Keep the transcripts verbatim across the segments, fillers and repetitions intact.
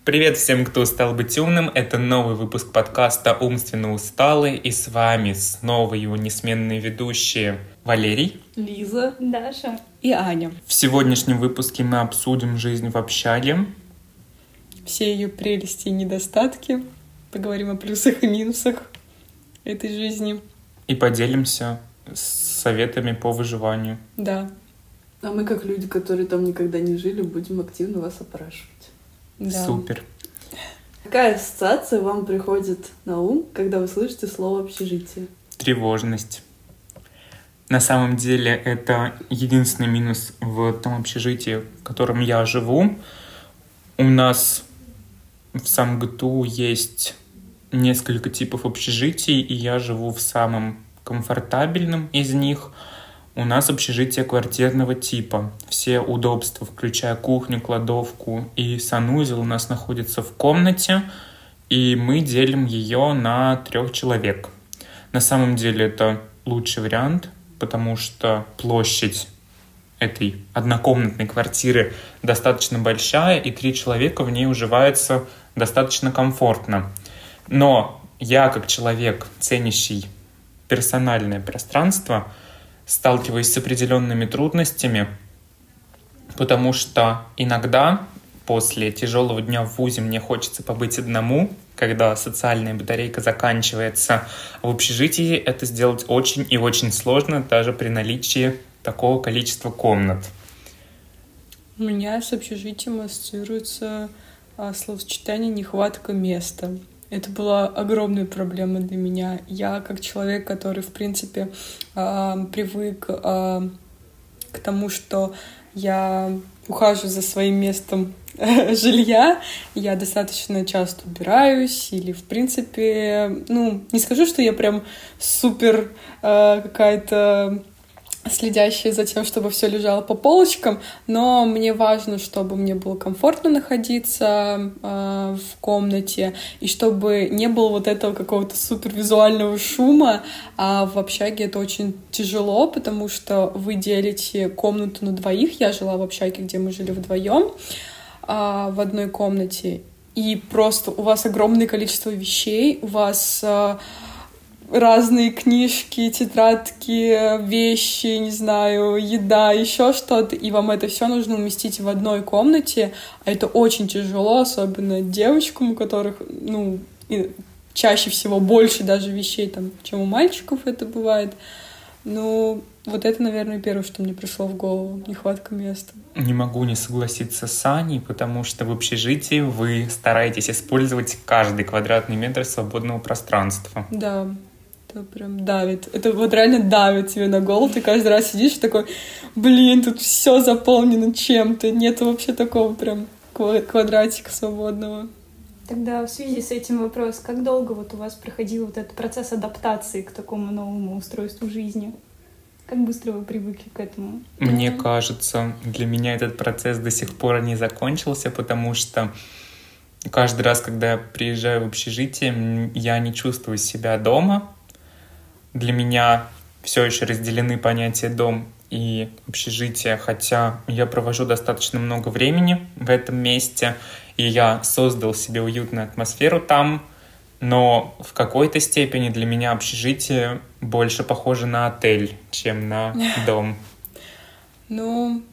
Привет всем, кто устал быть умным. Это новый выпуск подкаста «Умственно усталый». И с вами снова его несменные ведущие Валерий, Лиза, Даша и Аня. В сегодняшнем выпуске мы обсудим жизнь в общаге. Все ее прелести и недостатки. Поговорим о плюсах и минусах этой жизни. И поделимся советами по выживанию. Да. А мы, как люди, которые там никогда не жили, будем активно вас опрашивать. Да. Супер. Какая ассоциация вам приходит на ум, когда вы слышите слово «общежитие»? Тревожность. На самом деле это единственный минус в том общежитии, в котором я живу. У нас в СамГТУ есть несколько типов общежитий, и я живу в самом комфортабельном из них. У нас общежитие квартирного типа. Все удобства, включая кухню, кладовку и санузел, у нас находятся в комнате, и мы делим ее на трех человек. На самом деле это лучший вариант, потому что площадь этой однокомнатной квартиры достаточно большая, и три человека в ней уживаются достаточно комфортно. Но я, как человек, ценящий персональное пространство, сталкиваюсь с определенными трудностями, потому что иногда после тяжелого дня в вузе мне хочется побыть одному, когда социальная батарейка заканчивается. В общежитии это сделать очень и очень сложно, даже при наличии такого количества комнат. У меня с общежитием ассоциируется а, словосочетание «нехватка места». Это была огромная проблема для меня. Я, как человек, который, в принципе, э, привык э, к тому, что я ухаживаю за своим местом э, жилья, я достаточно часто убираюсь, или, в принципе, ну, не скажу, что я прям супер э, какая-то следящая за тем, чтобы все лежало по полочкам, но мне важно, чтобы мне было комфортно находиться э, в комнате, и чтобы не было вот этого какого-то супервизуального шума, а в общаге это очень тяжело, потому что вы делите комнату на двоих. Я жила в общаге, где мы жили вдвоем э, в одной комнате, и просто у вас огромное количество вещей, у вас э, разные книжки, тетрадки, вещи, не знаю, еда, еще что-то, и вам это все нужно уместить в одной комнате, а это очень тяжело, особенно девочкам, у которых, ну, и чаще всего больше даже вещей, там, чем у мальчиков это бывает. Ну, вот это, наверное, первое, что мне пришло в голову, нехватка места. Не могу не согласиться с Аней, потому что в общежитии вы стараетесь использовать каждый квадратный метр свободного пространства. Да. Это прям давит. Это вот реально давит тебе на голову. Ты каждый раз сидишь и такой, блин, тут все заполнено чем-то. Нет вообще такого прям квадратика свободного. Тогда в связи с этим вопрос, как долго вот у вас проходил вот этот процесс адаптации к такому новому устройству жизни? Как быстро вы привыкли к этому? Мне кажется, для меня этот процесс до сих пор не закончился, потому что каждый раз, когда я приезжаю в общежитие, я не чувствую себя дома. Для меня все еще разделены понятия «дом» и «общежитие», хотя я провожу достаточно много времени в этом месте, и я создал себе уютную атмосферу там, но в какой-то степени для меня общежитие больше похоже на отель, чем на дом. Ну,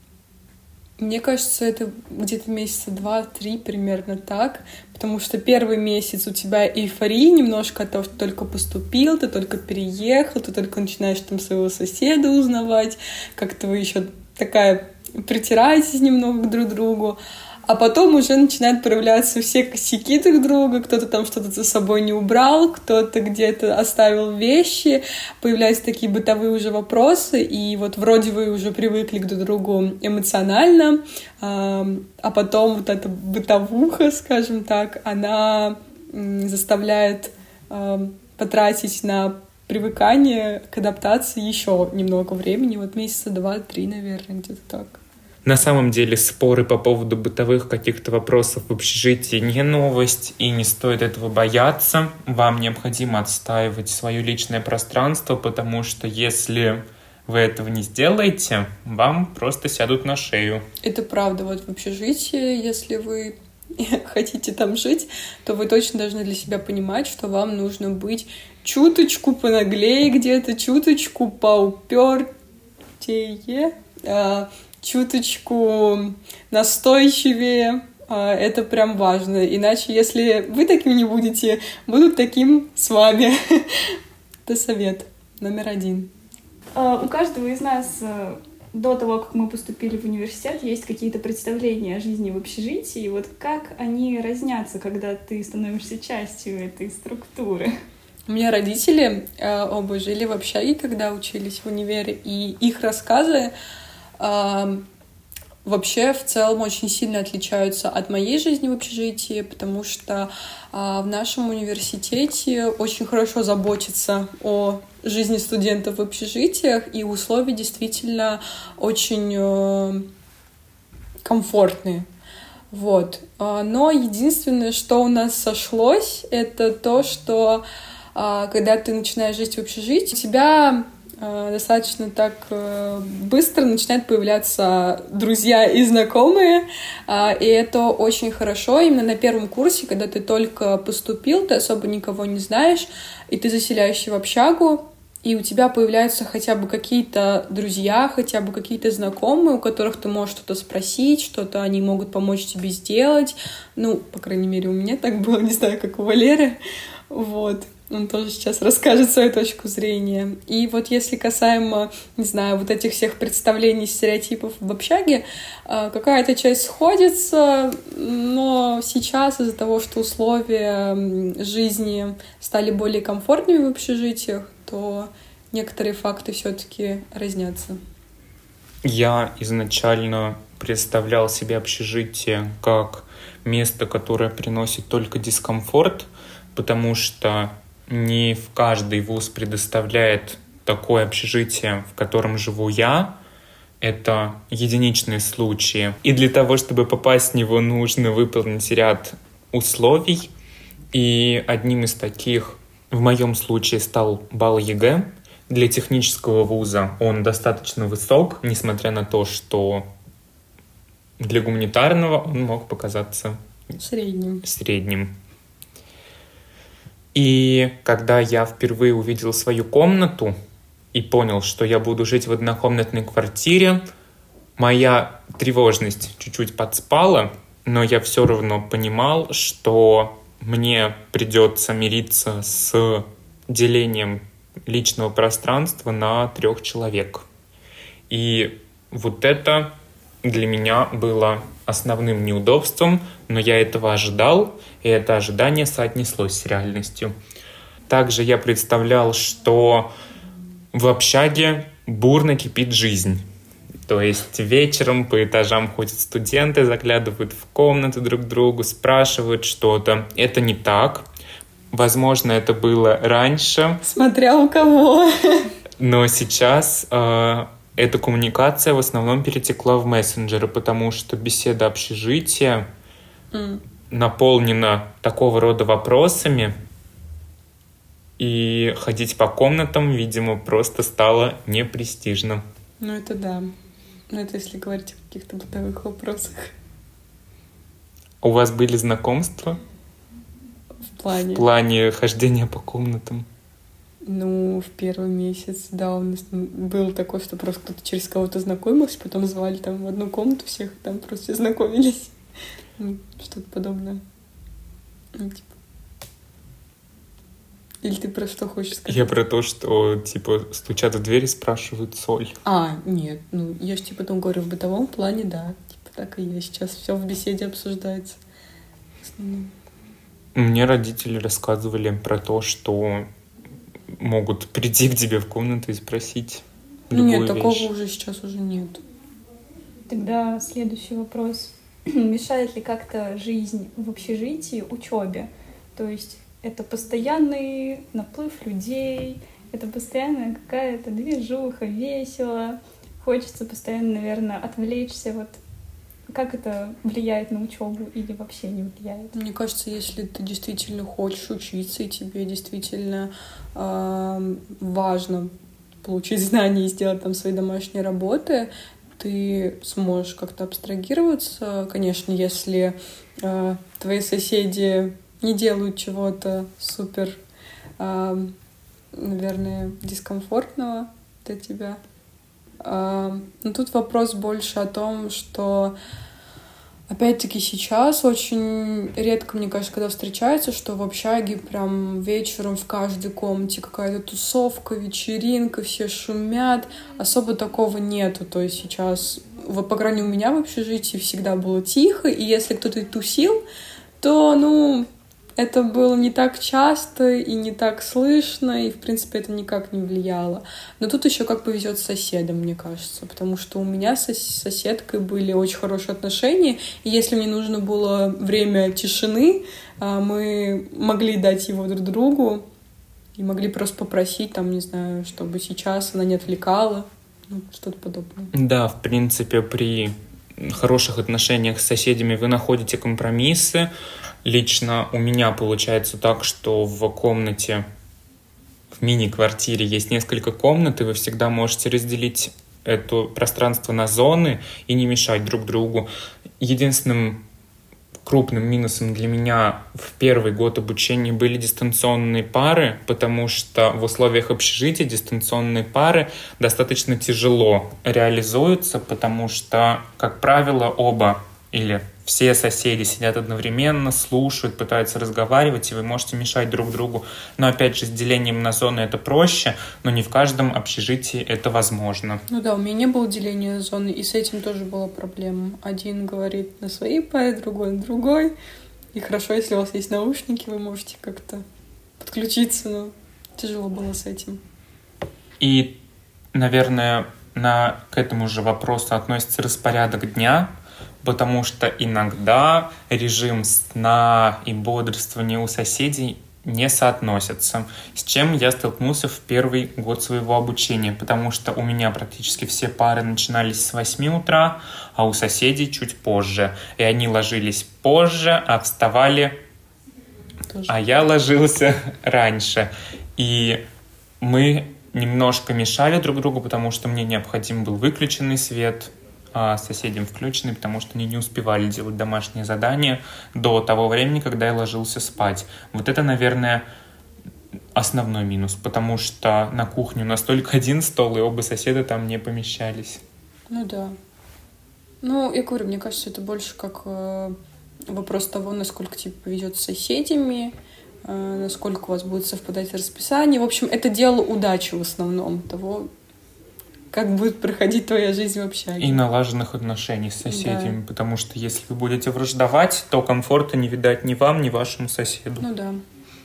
мне кажется, это где-то месяца два-три примерно так, потому что первый месяц у тебя эйфория немножко от того, что только поступил, ты только переехал, ты только начинаешь там своего соседа узнавать, как-то вы еще такая притираетесь немного друг к другу, а потом уже начинают проявляться все косяки друг друга, кто-то там что-то за собой не убрал, кто-то где-то оставил вещи, появляются такие бытовые уже вопросы, и вот вроде вы уже привыкли друг к другу эмоционально, а потом вот эта бытовуха, скажем так, она заставляет потратить на привыкание к адаптации еще немного времени, вот месяца два-три, наверное, где-то так. На самом деле споры по поводу бытовых каких-то вопросов в общежитии не новость, и не стоит этого бояться. Вам необходимо отстаивать свое личное пространство, потому что если вы этого не сделаете, вам просто сядут на шею. Это правда. Вот в общежитии, если вы хотите там жить, то вы точно должны для себя понимать, что вам нужно быть чуточку понаглее где-то, чуточку поупертее, чуточку настойчивее. Это прям важно. Иначе, если вы таким не будете, будут таким с вами. Это совет номер один. У каждого из нас до того, как мы поступили в университет, есть какие-то представления о жизни в общежитии. И вот как они разнятся, когда ты становишься частью этой структуры? У меня родители э, оба жили в общаге, когда учились в универе, и их рассказы э, вообще в целом очень сильно отличаются от моей жизни в общежитии, потому что э, в нашем университете очень хорошо заботятся о жизни студентов в общежитиях, и условия действительно очень э, комфортные. Вот. Но единственное, что у нас сошлось, это то, что э, когда ты начинаешь жить в общежитии, у тебя э, достаточно так э, быстро начинают появляться друзья и знакомые, э, и это очень хорошо. Именно на первом курсе, когда ты только поступил, ты особо никого не знаешь, и ты заселяешься в общагу, и у тебя появляются хотя бы какие-то друзья, хотя бы какие-то знакомые, у которых ты можешь что-то спросить, что-то они могут помочь тебе сделать. Ну, по крайней мере, у меня так было, не знаю, как у Валеры. Вот. Он тоже сейчас расскажет свою точку зрения. И вот если касаемо, не знаю, вот этих всех представлений, стереотипов в общаге, какая-то часть сходится, но сейчас из-за того, что условия жизни стали более комфортными в общежитиях, то некоторые факты все-таки разнятся. Я изначально представлял себе общежитие как место, которое приносит только дискомфорт, потому что не в каждый вуз предоставляет такое общежитие, в котором живу я. Это единичные случаи. И для того, чтобы попасть в него, нужно выполнить ряд условий. И одним из таких в моем случае стал балл ЕГЭ. Для технического вуза он достаточно высок, несмотря на то, что для гуманитарного он мог показаться средним. средним. И когда я впервые увидел свою комнату и понял, что я буду жить в однокомнатной квартире, моя тревожность чуть-чуть подспала, но я все равно понимал, что мне придется мириться с делением личного пространства на трех человек. И вот это для меня было основным неудобством, но я этого ожидал, и это ожидание соотнеслось с реальностью. Также я представлял, что в общаге бурно кипит жизнь. То есть вечером по этажам ходят студенты, заглядывают в комнаты друг к другу, спрашивают что-то. Это не так. Возможно, это было раньше. Смотря у кого. Но сейчас э, эта коммуникация в основном перетекла в мессенджеры, потому что беседа общежития mm. наполнена такого рода вопросами, и ходить по комнатам, видимо, просто стало непрестижно. Ну, это да. Ну, это если говорить о каких-то бытовых вопросах. У вас были знакомства? В плане? В плане хождения по комнатам? Ну, в первый месяц, да, у нас был такой, что просто кто-то через кого-то знакомился, потом звали там в одну комнату всех, и там просто все знакомились. Ну, что-то подобное. Ну, типа. Или ты про что хочешь сказать? Я про то, что, типа, стучат в дверь и спрашивают соль. А, нет, ну, я же, типа, там говорю, в бытовом плане, да. Типа, так и есть. Сейчас все в беседе обсуждается. Мне родители рассказывали про то, что могут прийти к тебе в комнату и спросить любую Нет, вещь. такого уже сейчас уже нет. Тогда следующий вопрос. Мешает ли как-то жизнь в общежитии учебе? То есть это постоянный наплыв людей, это постоянная какая-то движуха, весело. Хочется постоянно, наверное, отвлечься. Вот как это влияет на учебу или вообще не влияет? Мне кажется, если ты действительно хочешь учиться, и тебе действительно э, важно получить знания и сделать там свои домашние работы, ты сможешь как-то абстрагироваться. Конечно, если э, твои соседи не делают чего-то супер, э, наверное, дискомфортного для тебя. Э, но тут вопрос больше о том, что опять-таки сейчас очень редко, мне кажется, когда встречаются, что в общаге прям вечером в каждой комнате какая-то тусовка, вечеринка, все шумят. Особо такого нету. То есть сейчас, вот, по крайней мере, у меня в общежитии всегда было тихо, и если кто-то и тусил, то, ну, это было не так часто и не так слышно, и, в принципе, это никак не влияло. Но тут еще как повезет с соседом, мне кажется, потому что у меня с соседкой были очень хорошие отношения, и если мне нужно было время тишины, мы могли дать его друг другу и могли просто попросить, там, не знаю, чтобы сейчас она не отвлекала, ну, что-то подобное. Да, в принципе, при хороших отношениях с соседями вы находите компромиссы. Лично у меня получается так, что в комнате, в мини-квартире есть несколько комнат, и вы всегда можете разделить это пространство на зоны и не мешать друг другу. Единственным крупным минусом для меня в первый год обучения были дистанционные пары, потому что в условиях общежития дистанционные пары достаточно тяжело реализуются, потому что, как правило, оба или все соседи сидят одновременно, слушают, пытаются разговаривать, и вы можете мешать друг другу. Но, опять же, с делением на зоны это проще, но не в каждом общежитии это возможно. Ну да, у меня не было деления зоны, и с этим тоже была проблема. Один говорит на своей паре, другой на другой. И хорошо, если у вас есть наушники, вы можете как-то подключиться, но тяжело было с этим. И, наверное, на, к этому же вопросу относится распорядок дня, потому что иногда режим сна и бодрствования у соседей не соотносятся, с чем я столкнулся в первый год своего обучения, потому что у меня практически все пары начинались с восьми утра, а у соседей чуть позже. И они ложились позже, а вставали... Тоже. А я ложился раньше. И мы немножко мешали друг другу, потому что мне необходим был выключенный свет, а соседям включенный, потому что они не успевали делать домашние задания до того времени, когда я ложился спать. Вот это, наверное, основной минус, потому что на кухне у нас только один стол, и оба соседа там не помещались. Ну да. Ну, я говорю, мне кажется, это больше как э, вопрос того, насколько тебе повезет с соседями, э, насколько у вас будет совпадать расписание. В общем, это дело удачи в основном, того, как будет проходить твоя жизнь в общаге. И налаженных отношений с соседями, да. Потому что если вы будете враждовать, то комфорта не видать ни вам, ни вашему соседу. Ну да.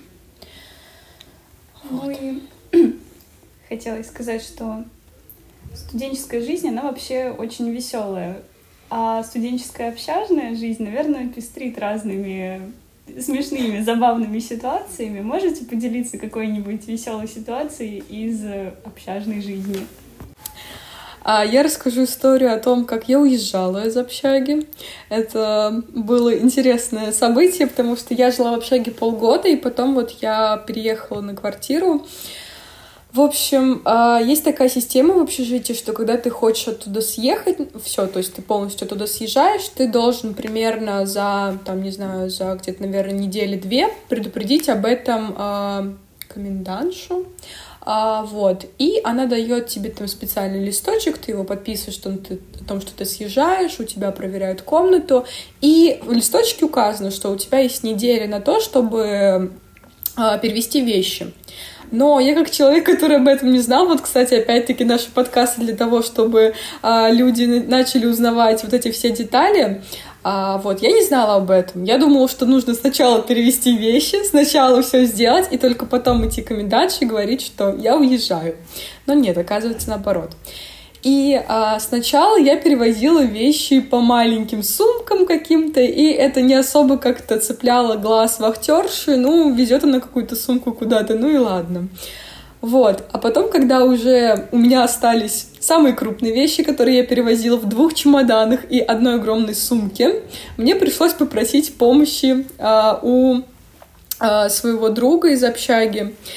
Вот. Ну и хотела сказать, что студенческая жизнь, она вообще очень веселая. А студенческая общажная жизнь, наверное, пестрит разными смешными, забавными ситуациями. Можете поделиться какой-нибудь веселой ситуацией из общажной жизни? Я расскажу историю о том, как я уезжала из общаги. Это было интересное событие, потому что я жила в общаге полгода, и потом вот я переехала на квартиру. В общем, есть такая система в общежитии, что когда ты хочешь оттуда съехать, все, то есть ты полностью оттуда съезжаешь, ты должен примерно за, там, не знаю, за где-то, наверное, недели-две предупредить об этом комендантшу. А, вот, и она дает тебе там специальный листочек, ты его подписываешь что ты, о том, что ты съезжаешь, у тебя проверяют комнату, и в листочке указано, что у тебя есть неделя на то, чтобы а, перевести вещи. Но я как человек, который об этом не знал, вот, кстати, опять-таки наши подкасты для того, чтобы а, люди начали узнавать вот эти все детали. А, вот, я не знала об этом. Я думала, что нужно сначала перевести вещи, сначала все сделать, и только потом идти к комендантше и говорить, что я уезжаю. Но нет, оказывается, наоборот. И а, сначала я перевозила вещи по маленьким сумкам каким-то, и это не особо как-то цепляло глаз вахтерши. Ну, везет она какую-то сумку куда-то, ну и ладно. Вот. А потом, когда уже у меня остались самые крупные вещи, которые я перевозила в двух чемоданах и одной огромной сумке, мне пришлось попросить помощи а, у а, своего друга из общаги.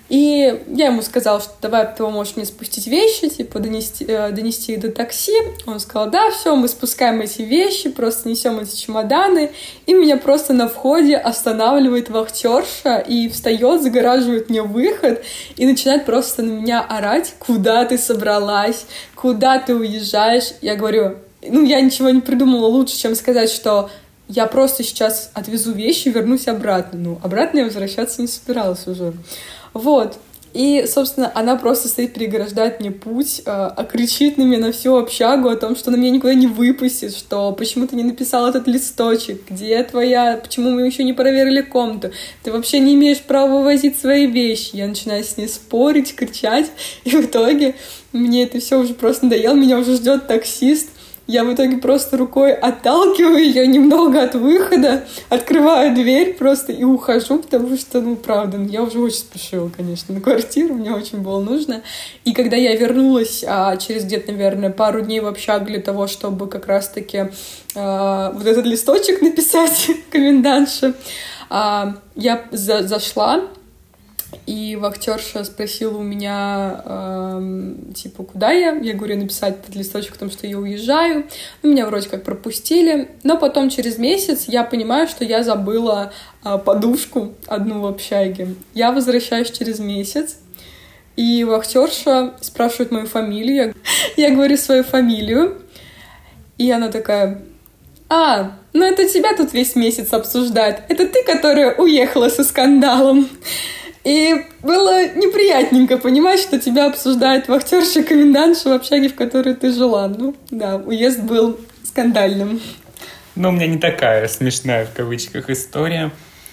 И я ему сказала, что давай ты можешь мне спустить вещи, типа донести, э, донести их до такси. Он сказал, да, все, мы спускаем эти вещи, просто несем эти чемоданы. И меня просто на входе останавливает вахтерша и встает, загораживает мне выход и начинает просто на меня орать, куда ты собралась, куда ты уезжаешь. Я говорю, ну я ничего не придумала лучше, чем сказать, что я просто сейчас отвезу вещи и вернусь обратно. Ну, обратно я возвращаться не собиралась уже. Вот. И, собственно, она просто стоит, переграждает мне путь, а кричит на меня на всю общагу о том, что она меня никуда не выпустит, что почему ты не написал этот листочек, где твоя, почему мы еще не проверили комнату, ты вообще не имеешь права вывозить свои вещи. Я начинаю с ней спорить, кричать, и в итоге мне это все уже просто надоело, меня уже ждет таксист. Я в итоге просто рукой отталкиваю ее немного от выхода, открываю дверь просто и ухожу, потому что, ну, правда, я уже очень спешила, конечно, на квартиру, мне очень было нужно. И когда я вернулась а, через где-то, наверное, пару дней в общагу для того, чтобы как раз-таки а, вот этот листочек написать комендантше, а, я за- зашла, и вахтерша спросила у меня, э, типа, куда я? Я говорю, написать этот листочек о том, что я уезжаю. Меня вроде как пропустили. Но потом через месяц я понимаю, что я забыла э, подушку одну в общаге. Я возвращаюсь через месяц, и вахтерша спрашивает мою фамилию. Я говорю свою фамилию, и она такая... А, ну это тебя тут весь месяц обсуждают. Это ты, которая уехала со скандалом. И было неприятненько понимать, что тебя обсуждает вахтерша, комендантша в общаге, в которой ты жила. Ну, да, уезд был скандальным. Но у меня не такая смешная, в кавычках, история.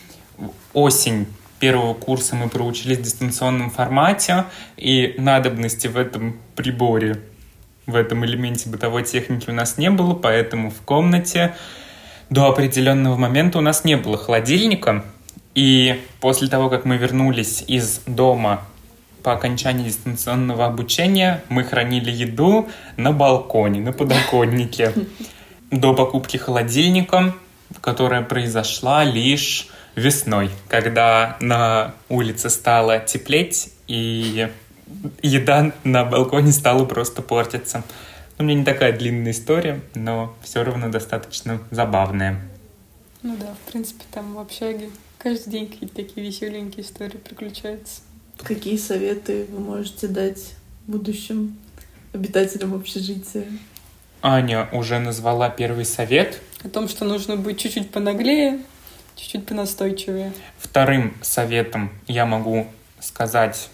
Осень первого курса мы проучились в дистанционном формате, и надобности в этом приборе, в этом элементе бытовой техники у нас не было, поэтому в комнате до определенного момента у нас не было холодильника. И после того, как мы вернулись из дома по окончании дистанционного обучения, мы хранили еду на балконе, на подоконнике. До покупки холодильника, которая произошла лишь весной, когда на улице стало теплеть, и еда на балконе стала просто портиться. У меня не такая длинная история, но все равно достаточно забавная. Ну да, в принципе, там в общаге каждый день какие-то такие веселенькие истории приключаются. Какие советы вы можете дать будущим обитателям общежития? Аня уже назвала первый совет. О том, что нужно быть чуть-чуть понаглее, чуть-чуть понастойчивее. Вторым советом я могу сказать...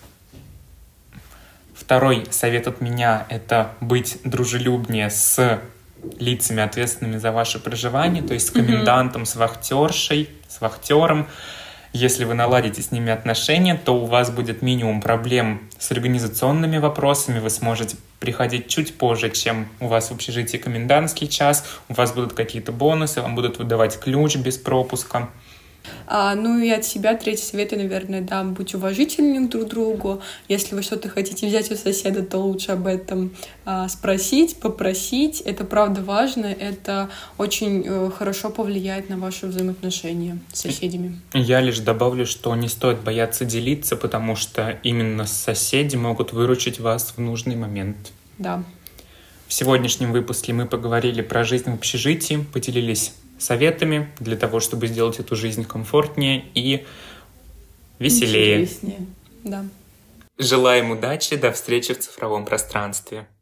Второй совет от меня — это быть дружелюбнее с лицами, ответственными за ваше проживание, то есть с комендантом, mm-hmm. с вахтершей, с вахтером. Если вы наладите с ними отношения, то у вас будет минимум проблем с организационными вопросами, вы сможете приходить чуть позже, чем у вас в общежитии комендантский час, у вас будут какие-то бонусы, вам будут выдавать ключ без пропуска. А, ну и от себя третий совет я, наверное, дам: будь уважительными друг к другу. Если вы что-то хотите взять у соседа, то лучше об этом а, спросить, попросить. Это правда важно, это очень э, хорошо повлияет на ваши взаимоотношения с соседями. Я лишь добавлю, что не стоит бояться делиться, потому что именно соседи могут выручить вас в нужный момент. Да. В сегодняшнем выпуске мы поговорили про жизнь в общежитии, поделились советами для того, чтобы сделать эту жизнь комфортнее и веселее. Интереснее. Да. Желаем удачи, до встречи в цифровом пространстве.